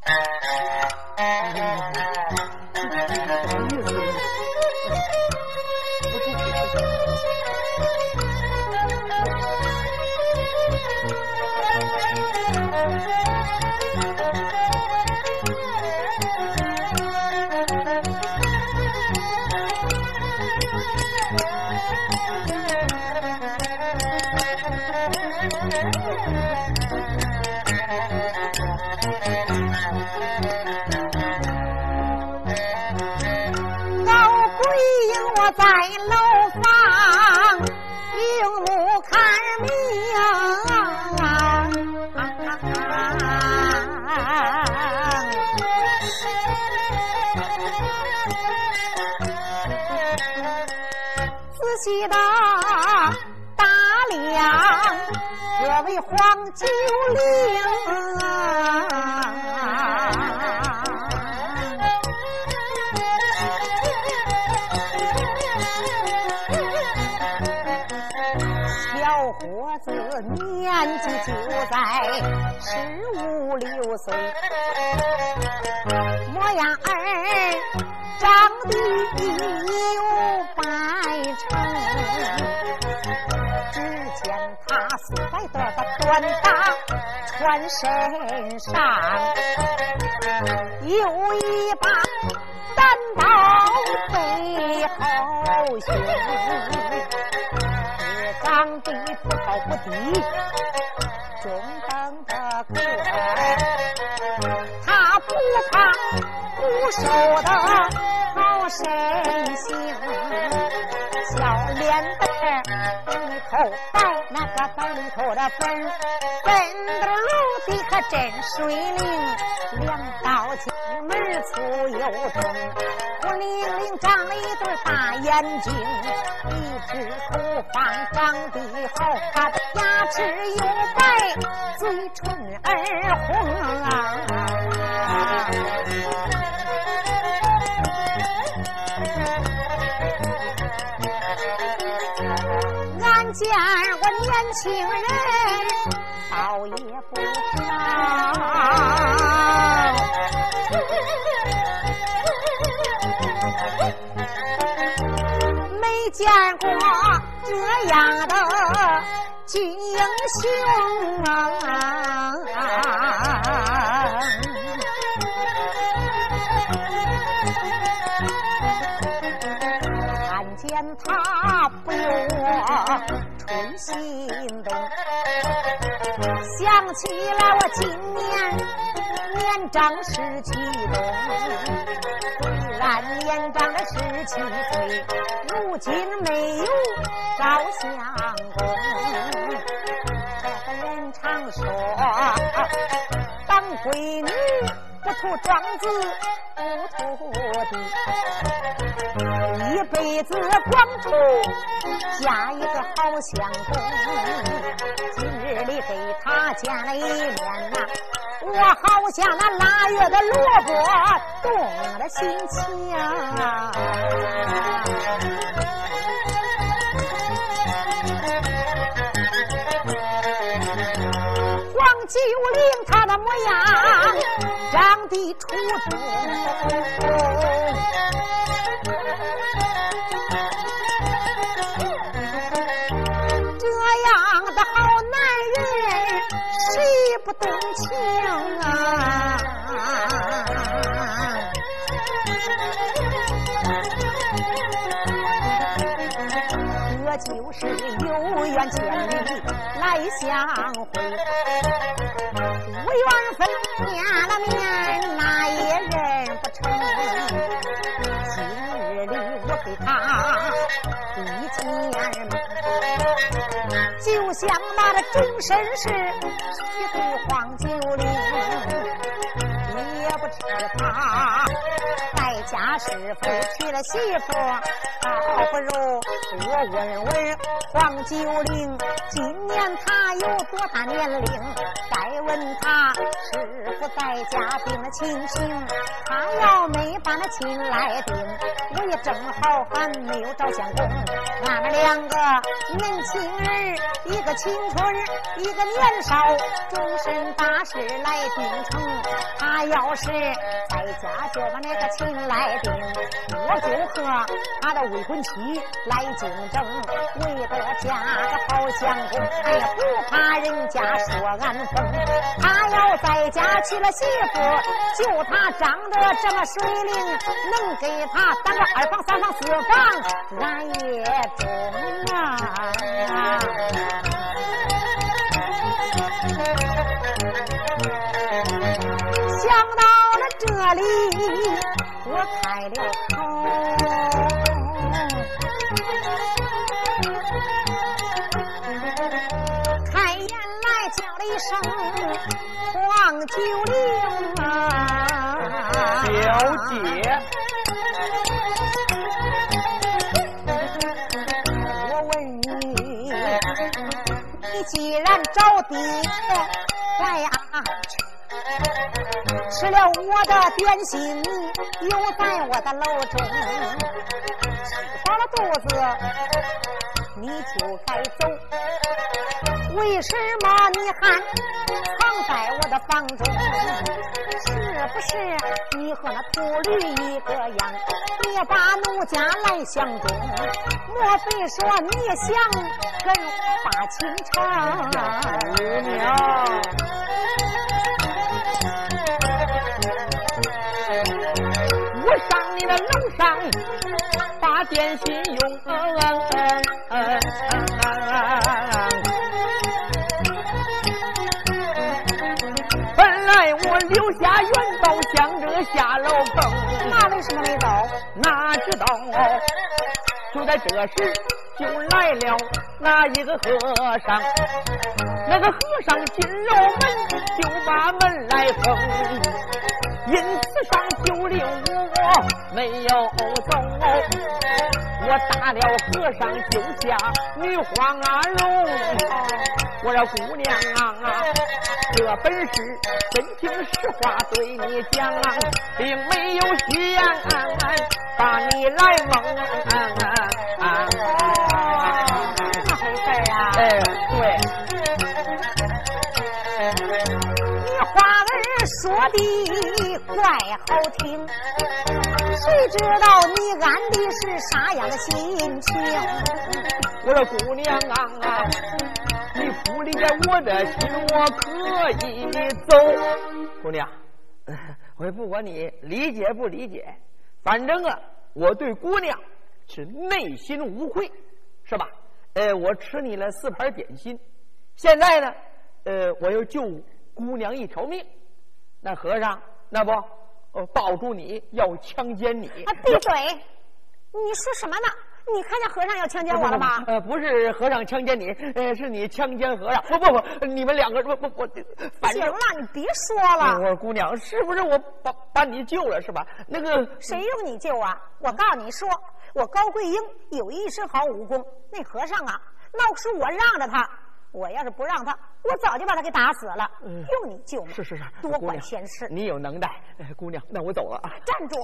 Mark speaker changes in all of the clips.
Speaker 1: 在楼房荧幕看仔细的打量这位黄九龄伙子年纪就在15、16岁，模样儿长得有百成，只见他4百多的短打穿身上，有一把单刀背后胸，长得不高不低，中等的个儿，他不胖不瘦的好身形，小脸蛋儿里头白，那个白里头的粉的露的可真水灵，2道睛门粗又重，孤零零长了一对大眼睛，一只头发长得好，他的牙齿又白，嘴唇儿红俺见过年轻人倒也不少，没见过这样的军英雄看见他不由我春心动，想起来我今年年长17冬，虽然年长了17岁，如今没有照相公。这个人常说当闺女不图庄子不图地，一辈子光图嫁一个好相公。今日里给他见了一面呐，我好像那腊月的萝卜动了心情黄九龄他的模样长得出众，这样的好男人谁不动情这就是有缘千里来相会，无缘分见了面那也认不成。今日里我给他一见面，就像那个终身是一对黄九龄，也不知他在家是否娶了媳妇，倒不如我问问黄九龄今年他有多大年龄，再问他是否在家定了亲情，他要没把那亲来定，我也正好还没有照相公。俺们2个年轻人，一个青春一个年少，终身大事来定成，他他要是在家就把那个秦来定，我就和他的未婚妻来竞争，为得嫁个好相公，哎呀，不怕人家说俺疯。他要在家娶了媳妇，就他长得这么水灵，能给他当个2房3房4房，俺也中啊。想到了这里，我开了口，开言来叫了一声黄九龄啊，
Speaker 2: 小姐，
Speaker 1: 我问你，你既然找爹来啊，吃了我的点心，又在我的楼中吃饱了肚子，你就该走。为什么你还藏在我的房中？是不是你和那秃驴一个样，别把奴家来相中？莫非说你也想跟我把情长？
Speaker 2: 姑娘，我上你的楼上把点心用，本来我留下元宝想着下楼坑，
Speaker 1: 那为什么没走？
Speaker 2: 哪知道就在这时就来了那一个和尚，那个和尚进楼门就把门来封，因此上就令我没有走，我打了和尚就下女黄龙。我说姑娘啊，这本是真情实话对你讲，并没有虚言把你来蒙。
Speaker 1: 那回事啊？
Speaker 2: 哎，对，
Speaker 1: 你话儿说的怪好听，谁知道你安的是啥样的心情？
Speaker 2: 我说姑娘啊，你不理解我的心，我可以走。姑娘，我也不管你理解不理解，反正啊，我对姑娘是内心无愧，是吧？我吃你了4盘点心，现在呢，我又救姑娘一条命。那和尚，那不，抱住你要强奸你。
Speaker 1: 啊，闭嘴！你说什么呢？你看见和尚要强奸我了吗？
Speaker 2: 不是和尚强奸你，是你强奸和尚。不，你们2个不，反正
Speaker 1: 行了，你别说了。
Speaker 2: 我说姑娘，是不是我把你救了是吧？那个
Speaker 1: 谁用你救啊？我告诉你说，我高桂英有一身好武功，那和尚啊，那是我让着他，我要是不让他，我早就把他给打死了。用你救吗？
Speaker 2: 是，
Speaker 1: 多管闲事。
Speaker 2: 你有能耐，姑娘，那我走了啊。
Speaker 1: 站住！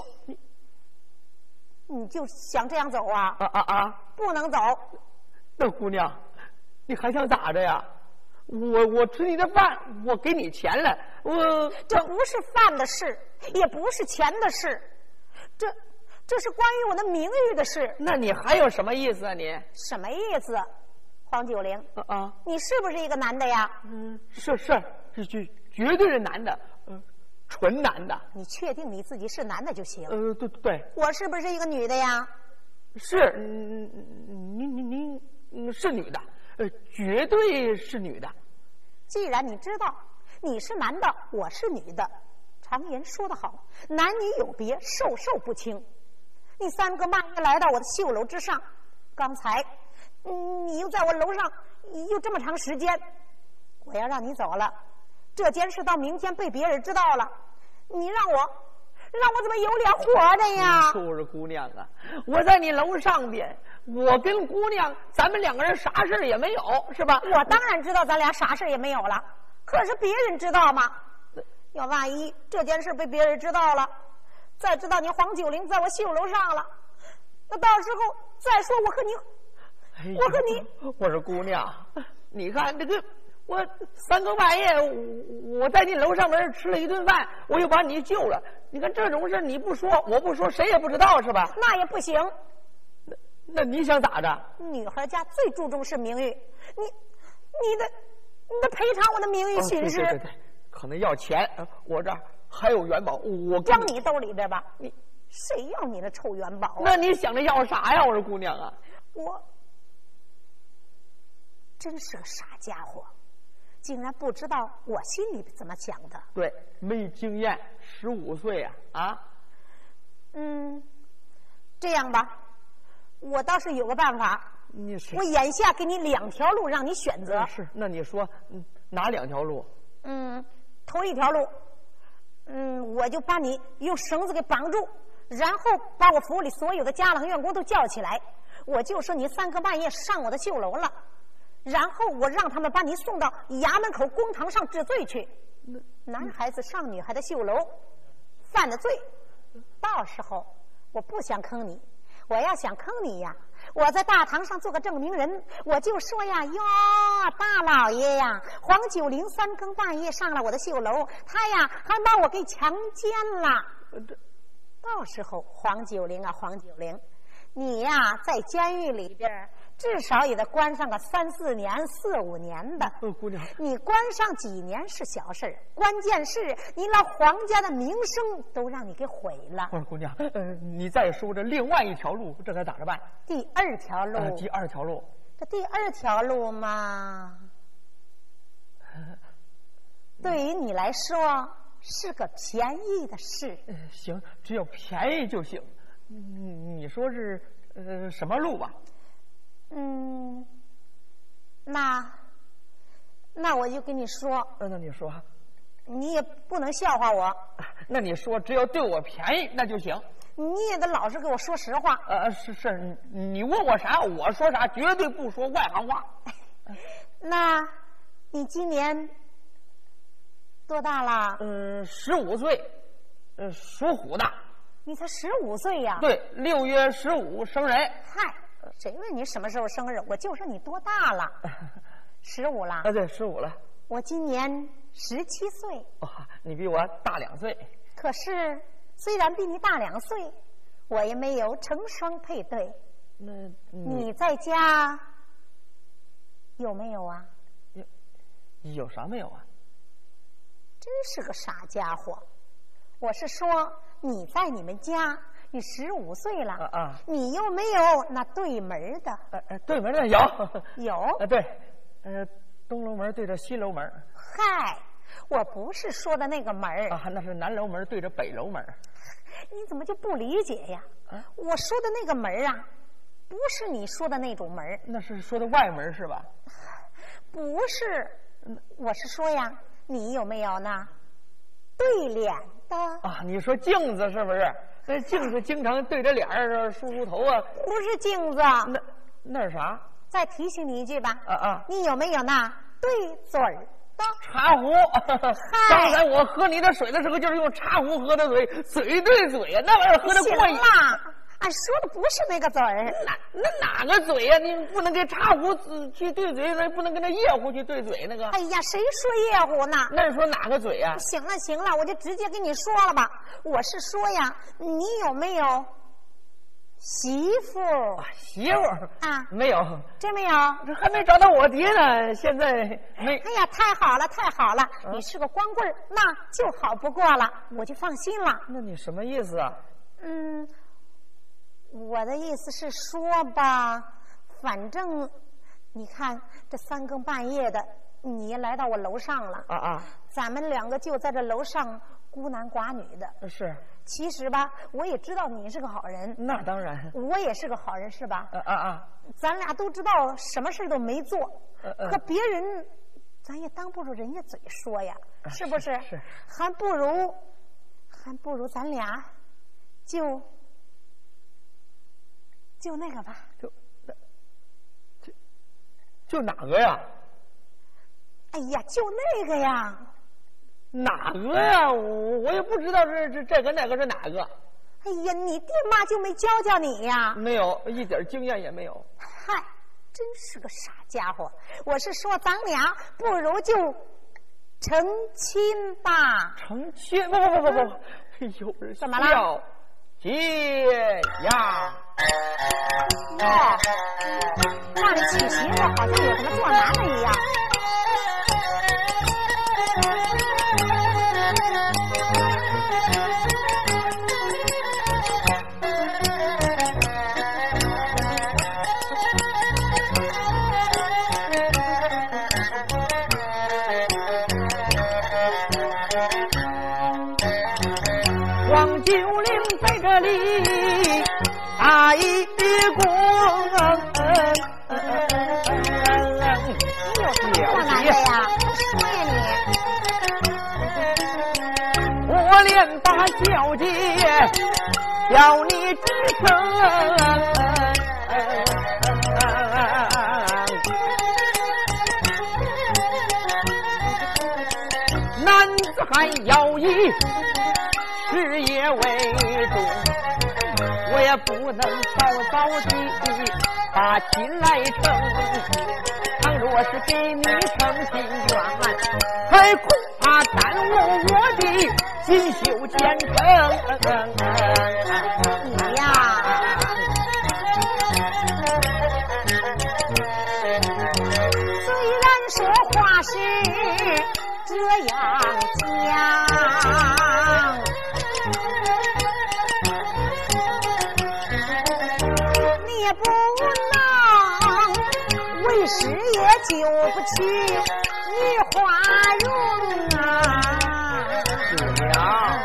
Speaker 1: 你就想这样走啊？不能走。
Speaker 2: 那姑娘，你还想咋着呀？我吃你的饭，我给你钱了，
Speaker 1: 这不是饭的事，也不是钱的事，这是关于我的名誉的事。
Speaker 2: 那你还有什么意思啊？你
Speaker 1: 什么意思？黄九龄你是不是一个男的呀？
Speaker 2: 是绝对是男的，纯男的。
Speaker 1: 你确定你自己是男的就行。
Speaker 2: 对。
Speaker 1: 我是不是一个女的呀？
Speaker 2: 是，您是女的，绝对是女的。
Speaker 1: 既然你知道你是男的，我是女的，常言说得好，男女有别，授受不亲。你3个半夜来到我的绣楼之上，刚才你又在我楼上又这么长时间，我要让你走了，这件事到明天被别人知道了，你让我怎么有脸活着呀？
Speaker 2: 就是姑娘啊，我在你楼上边，我跟姑娘咱们2个人啥事也没有，是吧？
Speaker 1: 我当然知道咱俩啥事也没有了，可是别人知道吗？要万一这件事被别人知道了，再知道你黄九龄在我绣楼上了，那到时候再说我和你，
Speaker 2: 我说姑娘，你看这个我3更半夜，我在你楼上门吃了一顿饭，我又把你救了。你看这种事你不说，我不说，谁也不知道是吧？
Speaker 1: 那也不行。
Speaker 2: 那你想咋着？
Speaker 1: 女孩家最注重是名誉，你得赔偿我的名誉损失。
Speaker 2: 对，可能要钱，我这儿还有元宝，我
Speaker 1: 装你兜里边吧。谁要你的臭元宝啊？
Speaker 2: 那你想着要啥呀？我说姑娘啊，
Speaker 1: 我真是个傻家伙，竟然不知道我心里怎么想的。
Speaker 2: 对，没经验，15岁呀，啊。
Speaker 1: 这样吧，我倒是有个办法。
Speaker 2: 你是
Speaker 1: 我眼下给你2条路让你选择。
Speaker 2: 是，那你说哪2条路？
Speaker 1: 头一条路，我就把你用绳子给绑住，然后把我府里所有的家郎员工都叫起来，我就说你3更半夜上我的绣楼了，然后我让他们把你送到衙门口公堂上治罪去。男孩子上女孩的绣楼，犯了罪，到时候我不想坑你，我要想坑你呀，我在大堂上做个证明人，我就说呀，哟，大老爷呀，黄九龄3更半夜上了我的绣楼，他呀还把我给强奸了。到时候黄九龄啊，黄九龄，你呀在监狱里边至少也得关上个3、4年、4、5年的。
Speaker 2: 姑娘，
Speaker 1: 你关上几年是小事，关键是你老黄家的名声都让你给毁了。
Speaker 2: 我说姑娘，你再说这另外一条路，这该咋着办？
Speaker 1: 第2条路。
Speaker 2: 第2条路。
Speaker 1: 这第2条路嘛，对于你来说是个便宜的事。
Speaker 2: 行，只有便宜就行。你说是什么路吧？
Speaker 1: 那我就跟你说。
Speaker 2: 那你说。
Speaker 1: 你也不能笑话我。
Speaker 2: 那你说，只要对我便宜那就行。
Speaker 1: 你也得老实给我说实话。
Speaker 2: 是，你问我啥我说啥，绝对不说外行话。
Speaker 1: 那你今年多大了
Speaker 2: ？15岁，属虎的。
Speaker 1: 你才15岁呀？
Speaker 2: 对，6月15生人。
Speaker 1: 嗨，谁问你什么时候生日？我就说你多大了？15了。
Speaker 2: 对，15了。
Speaker 1: 我今年17岁。
Speaker 2: 哇，你比我大2岁。
Speaker 1: 可是虽然比你大2岁，我也没有成双配对。
Speaker 2: 那
Speaker 1: 你在家有没有啊？
Speaker 2: 有啥没有啊？
Speaker 1: 真是个傻家伙。我是说你在你们家，你15岁了你又没有那对门的。
Speaker 2: 对门的有。对，东楼门对着西楼门。
Speaker 1: 嗨，我不是说的那个门
Speaker 2: 那是南楼门对着北楼门。
Speaker 1: 你怎么就不理解呀？我说的那个门啊，不是你说的那种门。
Speaker 2: 那是说的外门是吧？
Speaker 1: 不是，我是说呀，你有没有呢对脸的？
Speaker 2: 你说镜子是不是？那镜子经常对着脸梳头啊？
Speaker 1: 不是镜子。
Speaker 2: 那是啥？
Speaker 1: 再提醒你一句吧。
Speaker 2: 你
Speaker 1: 有没有那对嘴儿的
Speaker 2: 茶壶？刚才我喝你的水的时候，就是用茶壶喝的嘴，嘴对嘴呀，那玩意儿喝的过瘾。
Speaker 1: 行了，俺说的不是那个嘴儿。
Speaker 2: 那哪个嘴呀？你不能跟茶壶去对嘴，那不能跟那夜壶去对嘴那个。
Speaker 1: 哎呀，谁说夜壶呢？
Speaker 2: 那你说哪个嘴呀？
Speaker 1: 行了，我就直接跟你说了吧。我是说呀，你有没有媳妇？
Speaker 2: 媳妇没有。
Speaker 1: 真没有？
Speaker 2: 这还没找到我爹呢，现在没。
Speaker 1: 哎呀，太好了，你是个光棍，那就好不过了，我就放心了。
Speaker 2: 那你什么意思啊？
Speaker 1: 我的意思是说吧，反正你看这3更半夜的，你也来到我楼上了咱们2个就在这楼上孤男寡女的。
Speaker 2: 是。
Speaker 1: 其实吧，我也知道你是个好人。
Speaker 2: 那当然。
Speaker 1: 我也是个好人，是吧？咱俩都知道什么事都没做，可别人咱也当不住人家嘴说呀，是不是？
Speaker 2: 是。
Speaker 1: 还不如咱俩就那个吧。
Speaker 2: 就哪个呀？
Speaker 1: 哎呀，就那个呀。
Speaker 2: 哪个呀？我也不知道这个那个是哪个。
Speaker 1: 哎呀，你爹妈就没教你呀？
Speaker 2: 没有，一点经验也没有。
Speaker 1: 嗨， 真是个傻家伙！我是说咱俩不如就成亲吧。
Speaker 2: 成亲？不，有人
Speaker 1: 怎么了？
Speaker 2: 结呀！
Speaker 1: 哦，让你娶媳妇好像有什么做难的一样。
Speaker 2: 黄九龄在这里打一躬，
Speaker 1: 你有什么做难的呀？说呀你！
Speaker 2: 我连把小姐叫你几声，男子汉要以事业为重，我也不能早地把亲来成。倘若是给你成心愿，还恐怕耽误我的锦绣前程。
Speaker 1: 你呀，虽然说话是这样讲，你也不能为师也救不起你花容啊！
Speaker 2: 是呀，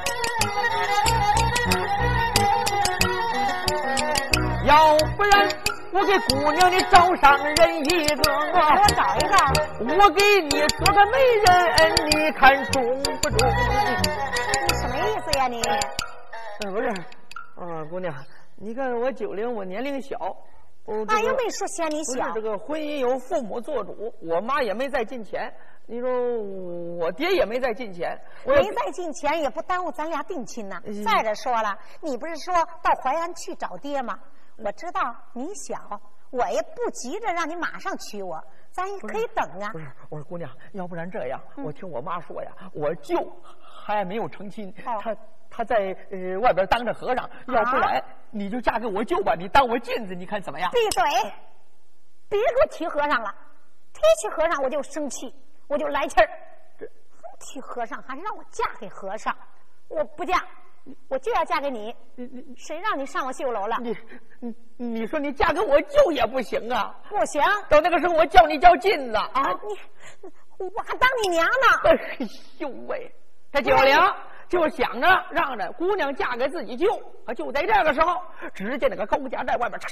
Speaker 2: 要不然我给姑娘你找上人一个，
Speaker 1: 我找一个，
Speaker 2: 我给你说个媒人，你看中不中？
Speaker 1: 你什么意思呀你？
Speaker 2: 不是，姑娘，你看我90，我年龄小，
Speaker 1: 俺又没说嫌你小。
Speaker 2: 这个婚姻由父母做主，我妈也没再进钱，你说我爹也没再进钱，
Speaker 1: 没再进钱也不耽误咱俩定亲呐。再者说了，你不是说到淮安去找爹吗？我知道你小，我也不急着让你马上娶我，咱也可以等啊。
Speaker 2: 不是，我说姑娘，要不然这样，我听我妈说呀，我舅还没有成亲，他在外边当着和尚，要不然你就嫁给我舅吧，你当我妗子，你看怎么样？
Speaker 1: 闭嘴！别给我提和尚了，提起和尚我就生气，我就来气儿。提和尚还是让我嫁给和尚，我不嫁，我就要嫁给你。谁让你上我绣楼了？
Speaker 2: 你说你嫁给我舅也不行啊！
Speaker 1: 不行，
Speaker 2: 到那个时候我叫你叫妗子啊！
Speaker 1: 我还当你娘呢！
Speaker 2: 哎呦喂，这90就想着让这姑娘嫁给自己舅，就在这个时候，只见那个高家寨外边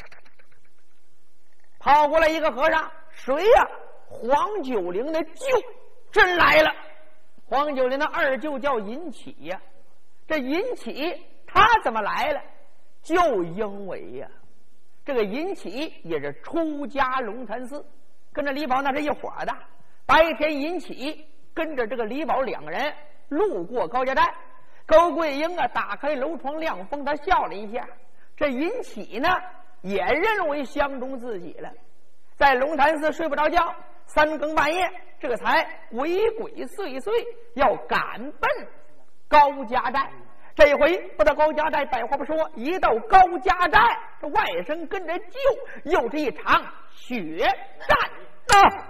Speaker 2: 跑过来一个和尚，谁呀？黄九龄的舅真来了。黄九龄的二舅叫尹启呀，这尹启他怎么来了？就因为呀，这个尹启也是出家龙潭寺，跟着李宝那是一伙的。白天尹启跟着这个李宝两个人路过高家寨，高桂英啊打开楼窗亮风，他笑了一下。这尹启呢也认为相中自己了，在龙潭寺睡不着觉，3更半夜这才鬼鬼祟祟要赶奔高家寨。这一回不到高家寨，百话不说，一到高家寨，这外甥跟着舅又是一场血战啊！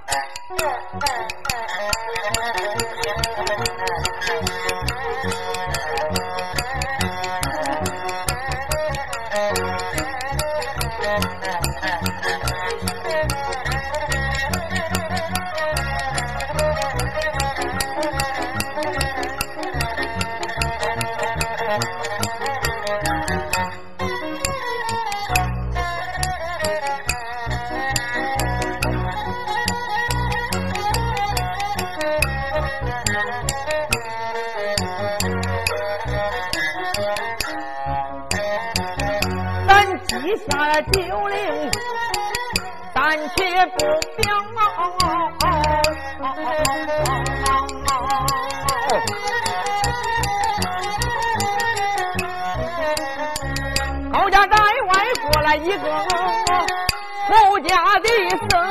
Speaker 2: 下了90，暂且不表。高家寨外过来一个侯家的僧。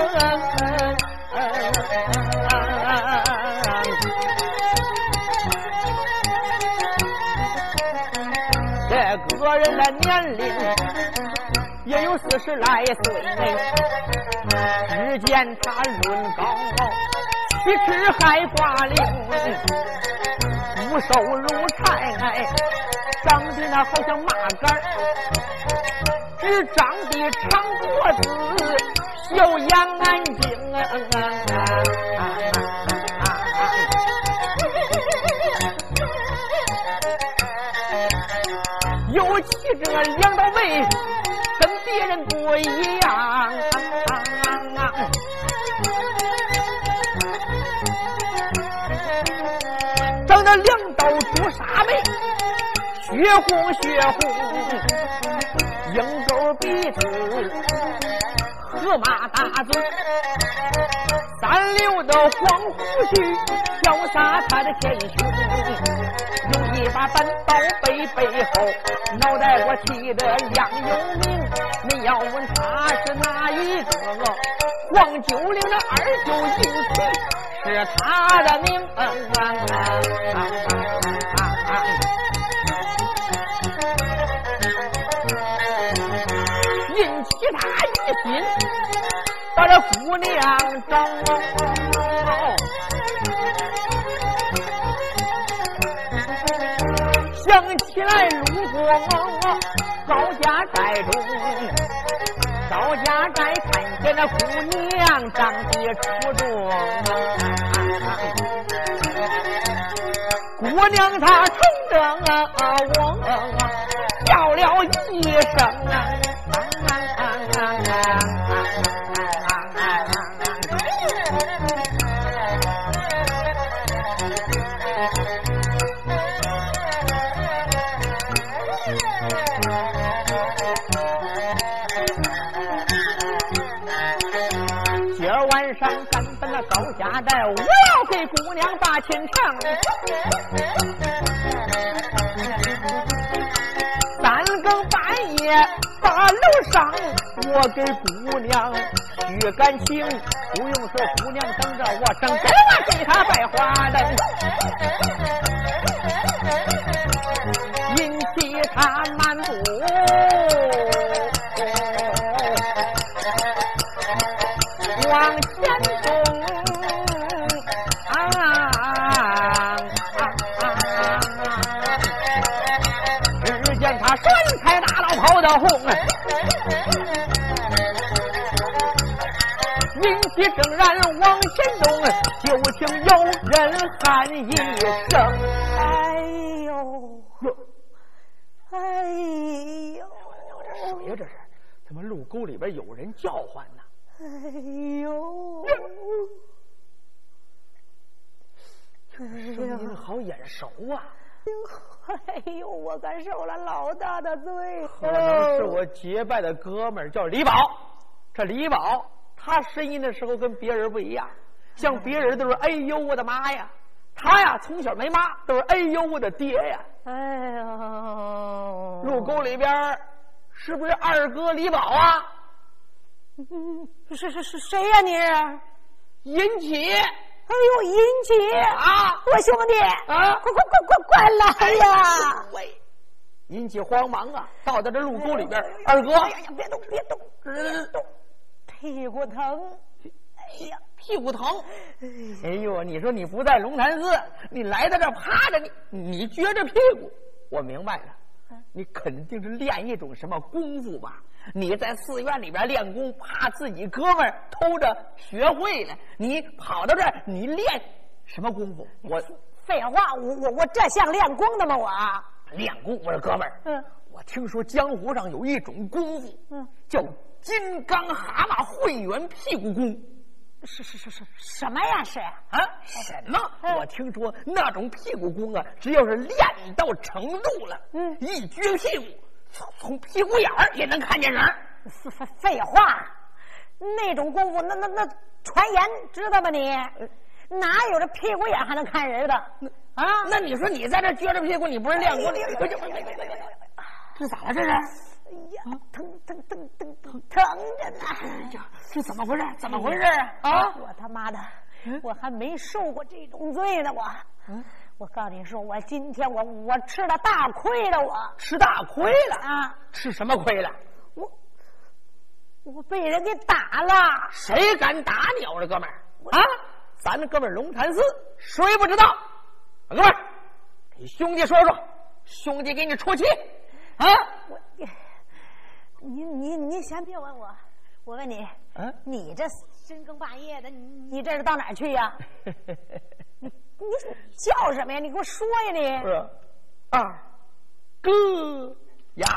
Speaker 2: 这个人的年龄也有40来岁，只见他润高，七尺还挂翎，骨瘦如柴，长得那好像马杆，只长得长脖子，小眼安静。尤其这两道眉跟别人不一样，长得两道朱砂眉，血红血红，鹰钩鼻子，河马大嘴，3溜的黄胡须，潇洒他的前胸，有一把单刀背后，脑袋瓜剃得亮有名。你要问他是哪一个，黄九龄的2舅银旗是他的名。引起他一心，把这姑娘找。想起来路过高家寨中，高家寨看见那姑娘长得出众，姑娘她冲着我叫了一声晚上赶奔那高家寨，我要给姑娘把亲成。3更半夜把楼上，我给姑娘许感情，不用说姑娘等着我，正给我给她摆花灯，引起她漫步。往前走只见他身材大老跑得红，引起正然往前走，就听有人喊一声：哎呦哎呦！这谁呀？这是怎么路沟里边有人叫唤呢？哎呦，这声音好眼熟啊！
Speaker 1: 哎呦，我可受了老大的罪。
Speaker 2: 可能是我结拜的哥们儿叫李宝。这李宝他声音的时候跟别人不一样，像别人都是哎呦我的妈呀，他呀从小没妈，都是哎呦我的爹呀。
Speaker 1: 哎呦，
Speaker 2: 路沟里边是不是二哥李宝啊？
Speaker 1: 是谁呀？你
Speaker 2: 银起。
Speaker 1: 哎呦，银起
Speaker 2: 啊！
Speaker 1: 我兄弟
Speaker 2: 啊，
Speaker 1: 快来呀！
Speaker 2: 喂，银起慌忙啊，到这路沟里边，二哥，
Speaker 1: 哎呀，别动，屁股疼。哎呀，
Speaker 2: 屁股疼。哎呦，你说你不在龙潭寺，你来到这趴着，你撅着屁股，我明白了，你肯定是练一种什么功夫吧？你在寺院里边练功，怕自己哥们儿偷着学会了，你跑到这儿，你练什么功夫？我
Speaker 1: 废话，我这像练功的吗？我
Speaker 2: 练功，我说哥们儿，我听说江湖上有一种功夫，叫金刚蛤蟆混元屁股功。
Speaker 1: 是什么呀？是
Speaker 2: 啊？什么？我听说那种屁股功啊，只要是练到程度了，一撅屁股，从屁股眼儿也能看见人。
Speaker 1: 废话，那种功夫那传言知道吧你？哪有这屁股眼还能看人的啊？
Speaker 2: 那你说你在这撅着屁股，你不是练功？这咋了？这是
Speaker 1: 呀，疼着呢！
Speaker 2: 呀，这怎么回事？怎么回事啊？
Speaker 1: 我他妈的，我还没受过这种罪呢！我告诉你说，我今天我吃了大亏了，我
Speaker 2: 吃大亏了
Speaker 1: 啊！
Speaker 2: 吃什么亏了？
Speaker 1: 我被人给打了。
Speaker 2: 谁敢打你？我这哥们儿啊！咱哥们儿龙潭寺谁不知道？哥们儿，给兄弟说说，兄弟给你出气啊！
Speaker 1: 你先别问我，我问你，你这深更半夜的，你这是到哪儿去呀？你叫什么呀？你给我说呀你！
Speaker 2: 二哥呀！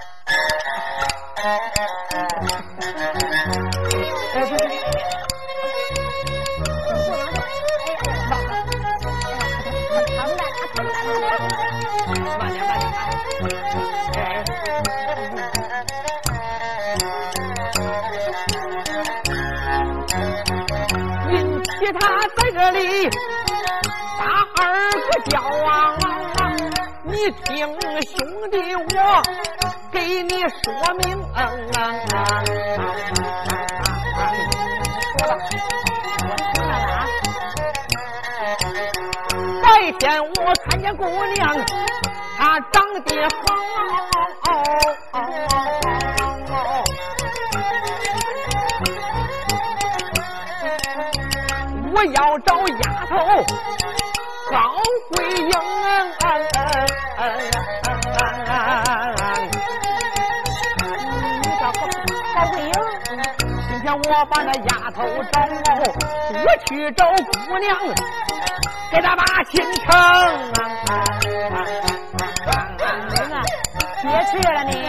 Speaker 2: 引起他在这里打二个叫啊！你听兄弟我给你说明白天我看见姑娘她长得好，我要找丫头高桂英，
Speaker 1: 你找高桂英？
Speaker 2: 今天我把那丫头找，我去找姑娘，给她把心成。
Speaker 1: 别去了你！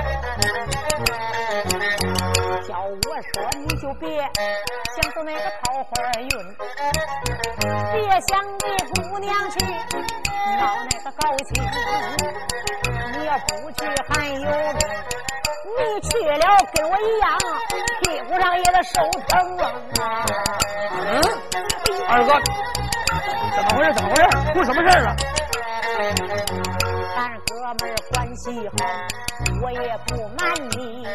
Speaker 1: 叫我说你就别享受那个桃花运，别想给姑娘去闹那个高兴。你要不去还有命，你去了跟我一样，屁股上也得受疼啊！
Speaker 2: 二哥，怎么回事？怎么回事？出什么事了？
Speaker 1: 咱哥们儿关系好，我也不瞒你。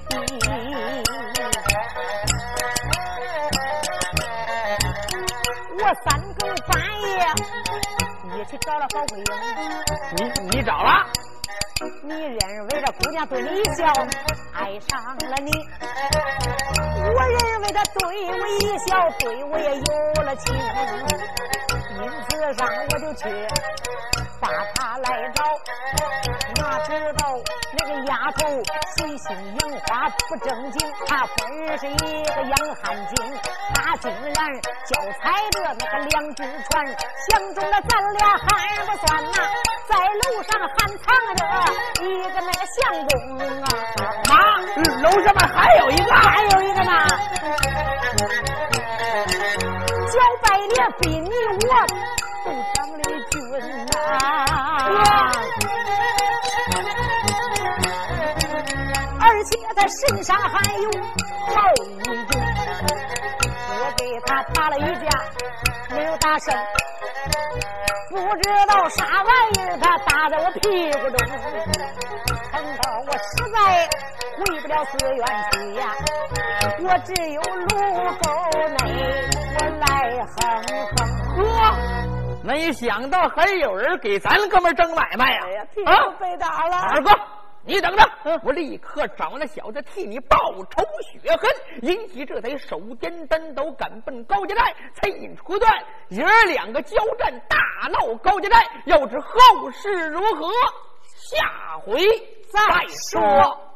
Speaker 1: 我三更半夜也去找了高桂英。
Speaker 2: 你找了？
Speaker 1: 你认为这姑娘对你一笑，爱上了你。我认为她对我一笑，对我也有了情。因此上我就去把她来找，哪知道那个丫头水性杨花不正经，她本是一个洋汉精，她竟然脚踩着那个两只船，相中了咱俩还不算呐，在楼上还藏着一个那个相公啊！
Speaker 2: 妈，楼上面还有一个
Speaker 1: 呢，小白脸比你我都长得俊呐，而且他身上还有好一种，我给他打了一架，没有打胜，不知道啥玩意儿他打在我屁股中，疼到我实在回不了寺院去呀，我只有路沟内我来哼哼。
Speaker 2: 没想到还有人给咱哥们挣买卖呀！
Speaker 1: 屁股被打了。
Speaker 2: 二哥，你等着，我立刻找那小子替你报仇雪恨。引起这贼手颠单刀赶奔高家寨，才引出决断，爷儿两个交战，大闹高家寨。要知后事如何，下回再说。